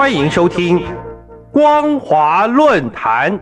欢迎收听光华论坛。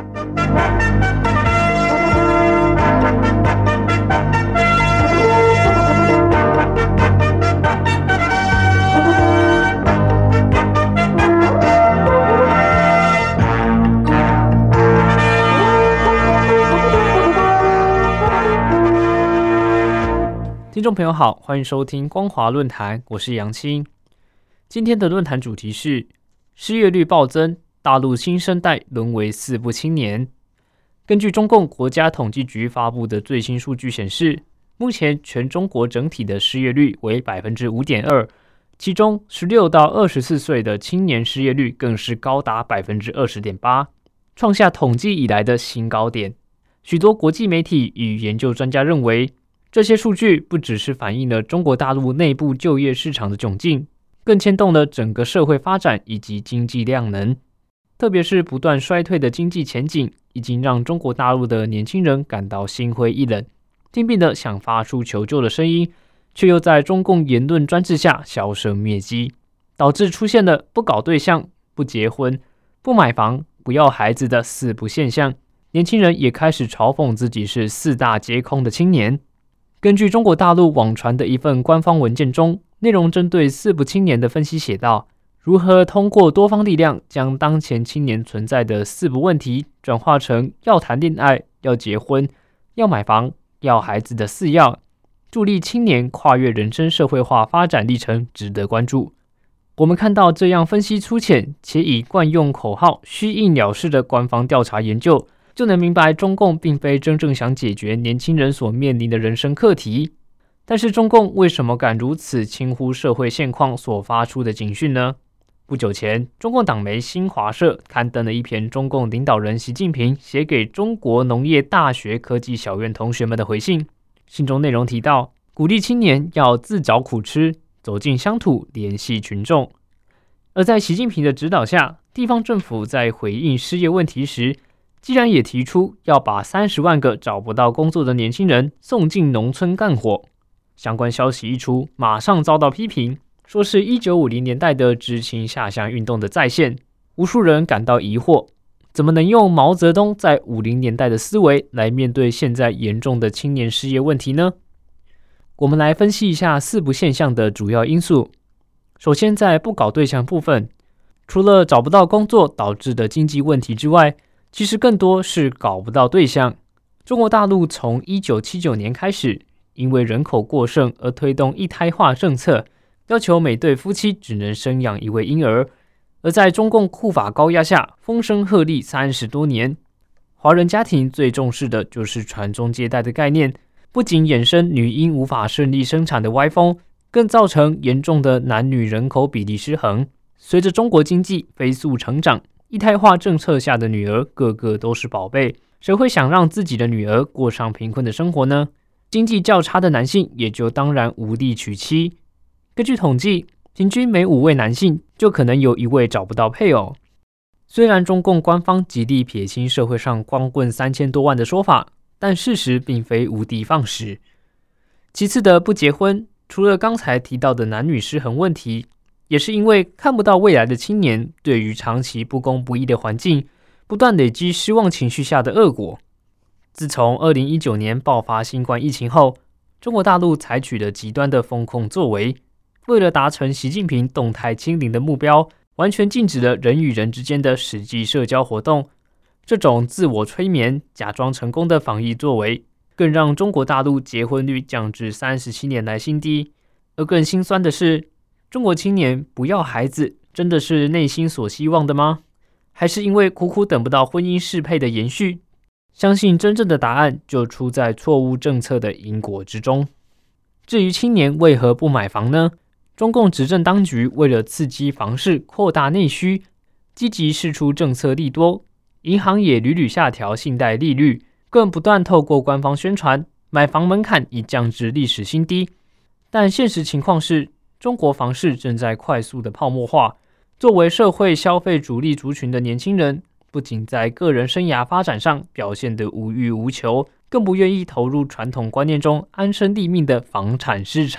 听众朋友好，欢迎收听光华论坛，我是杨青。今天的论坛主题是失业率暴增，大陆新生代沦为四不青年。根据中共国家统计局发布的最新数据显示，目前全中国整体的失业率为 5.2%， 其中16到24岁的青年失业率更是高达 20.8%， 创下统计以来的新高点。许多国际媒体与研究专家认为，这些数据不只是反映了中国大陆内部就业市场的窘境，更牵动了整个社会发展以及经济量能。特别是不断衰退的经济前景，已经让中国大陆的年轻人感到心灰意冷，拼命的想发出求救的声音，却又在中共言论专制下销声灭迹，导致出现了不搞对象、不结婚、不买房、不要孩子的四不现象。年轻人也开始嘲讽自己是四大皆空的青年。根据中国大陆网传的一份官方文件中，内容针对四不青年的分析写道，如何通过多方力量将当前青年存在的四不问题转化成要谈恋爱、要结婚、要买房、要孩子的四要，助力青年跨越人生社会化发展历程，值得关注。我们看到这样分析粗浅且以惯用口号虚应了事的官方调查研究，就能明白中共并非真正想解决年轻人所面临的人生课题。但是中共为什么敢如此轻忽社会现况所发出的警讯呢？不久前，中共党媒新华社刊登了一篇中共领导人习近平写给中国农业大学科技小院同学们的回信。信中内容提到，鼓励青年要自找苦吃，走进乡土，联系群众。而在习近平的指导下，地方政府在回应失业问题时，既然也提出要把30万个找不到工作的年轻人送进农村干活。相关消息一出，马上遭到批评，说是1950年代的知青下乡运动的再现。无数人感到疑惑，怎么能用毛泽东在50年代的思维来面对现在严重的青年失业问题呢？我们来分析一下四不现象的主要因素。首先，在不搞对象部分，除了找不到工作导致的经济问题之外，其实更多是搞不到对象。中国大陆从1979年开始，因为人口过剩而推动一胎化政策，要求每对夫妻只能生养一位婴儿。而在中共酷法高压下，风声鹤唳30多年。华人家庭最重视的就是传宗接代的概念，不仅衍生女婴无法顺利生产的歪风，更造成严重的男女人口比例失衡。随着中国经济飞速成长，一胎化政策下的女儿个个都是宝贝，谁会想让自己的女儿过上贫困的生活呢？经济较差的男性也就当然无力娶妻。根据统计，平均每5位男性就可能有1位找不到配偶。虽然中共官方极力撇清社会上光棍3000多万的说法，但事实并非无的放矢。其次的不结婚，除了刚才提到的男女失衡问题，也是因为看不到未来的青年对于长期不公不义的环境不断累积失望情绪下的恶果。自从2019年爆发新冠疫情后，中国大陆采取了极端的封控作为，为了达成习近平动态清零的目标，完全禁止了人与人之间的实际社交活动。这种自我催眠、假装成功的防疫作为，更让中国大陆结婚率降至37年来新低。而更心酸的是，中国青年不要孩子，真的是内心所希望的吗？还是因为苦苦等不到婚姻适配的延续？相信真正的答案就出在错误政策的因果之中。至于青年为何不买房呢？中共执政当局为了刺激房市、扩大内需，积极释出政策利多，银行也屡屡下调信贷利率，更不断透过官方宣传，买房门槛已降至历史新低。但现实情况是，中国房市正在快速的泡沫化。作为社会消费主力族群的年轻人，不仅在个人生涯发展上表现得无欲无求，更不愿意投入传统观念中安身立命的房产市场。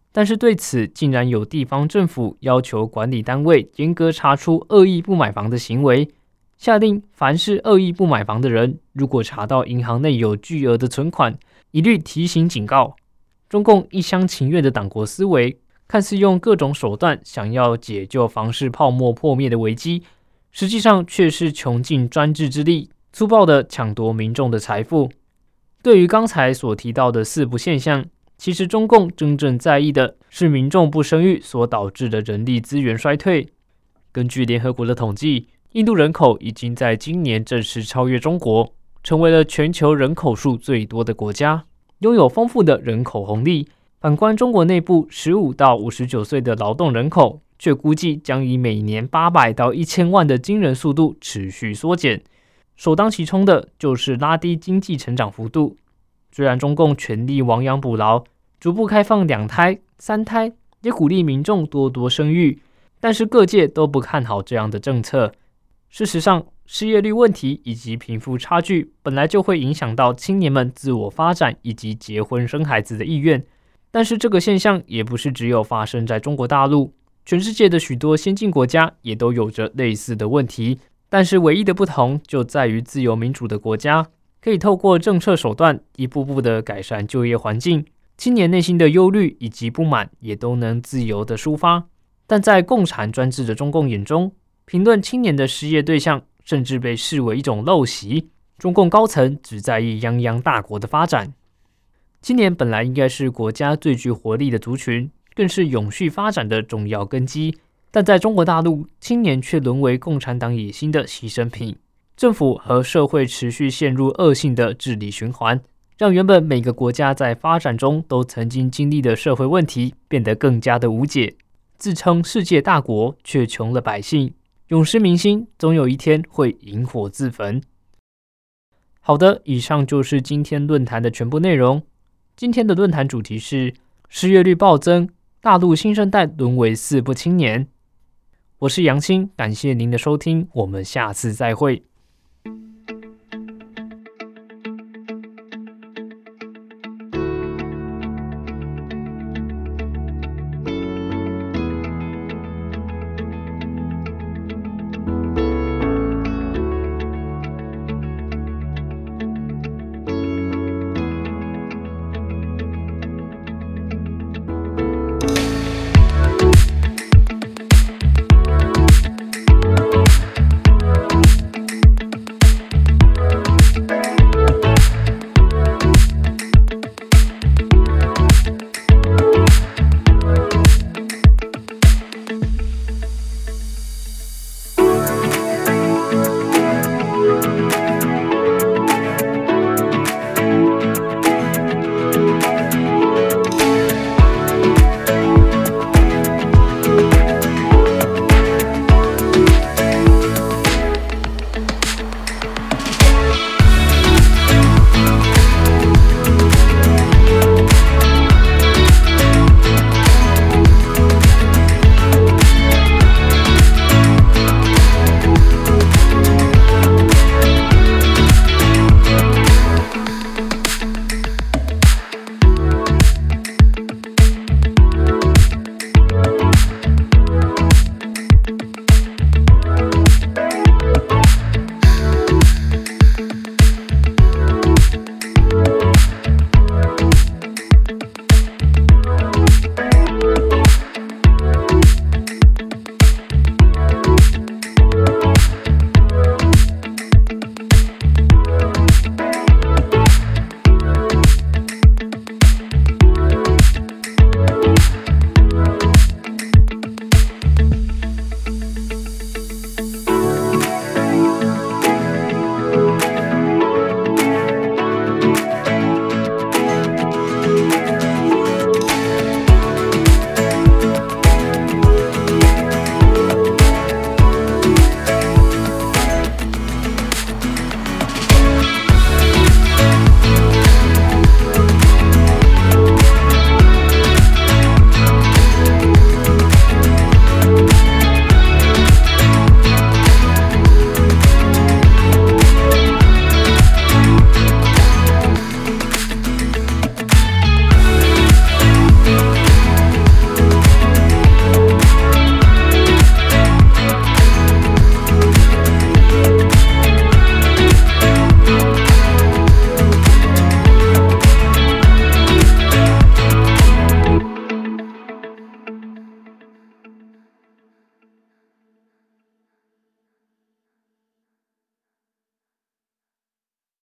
但是对此竟然有地方政府要求管理单位严格查出恶意不买房的行为，下令凡是恶意不买房的人，如果查到银行内有巨额的存款，一律提醒警告。中共一厢情愿的党国思维，看似用各种手段想要解救房市泡沫破灭的危机，实际上却是穷尽专制之力，粗暴地抢夺民众的财富。对于刚才所提到的四不现象，其实中共真正在意的是民众不生育所导致的人力资源衰退。根据联合国的统计，印度人口已经在今年正式超越中国，成为了全球人口数最多的国家，拥有丰富的人口红利。反观中国内部15到59岁的劳动人口，却估计将以每年800到1000万的惊人速度持续缩减。首当其冲的就是拉低经济成长幅度。虽然中共全力亡羊补牢，逐步开放2胎、3胎，也鼓励民众多多生育，但是各界都不看好这样的政策。事实上，失业率问题以及贫富差距本来就会影响到青年们自我发展以及结婚生孩子的意愿。但是这个现象也不是只有发生在中国大陆，全世界的许多先进国家也都有着类似的问题。但是唯一的不同就在于自由民主的国家可以透过政策手段一步步的改善就业环境，青年内心的忧虑以及不满也都能自由的抒发。但在共产专制的中共眼中，评论青年的失业对象甚至被视为一种陋习。中共高层只在意泱泱大国的发展。青年本来应该是国家最具活力的族群，更是永续发展的重要根基。但在中国大陆，青年却沦为共产党野心的牺牲品。政府和社会持续陷入恶性的治理循环，让原本每个国家在发展中都曾经经历的社会问题变得更加的无解。自称世界大国，却穷了百姓，永失民心，总有一天会引火自焚。好的，以上就是今天论坛的全部内容。今天的论坛主题是失业率暴增，大陆新生代沦为四不青年。我是杨青，感谢您的收听，我们下次再会。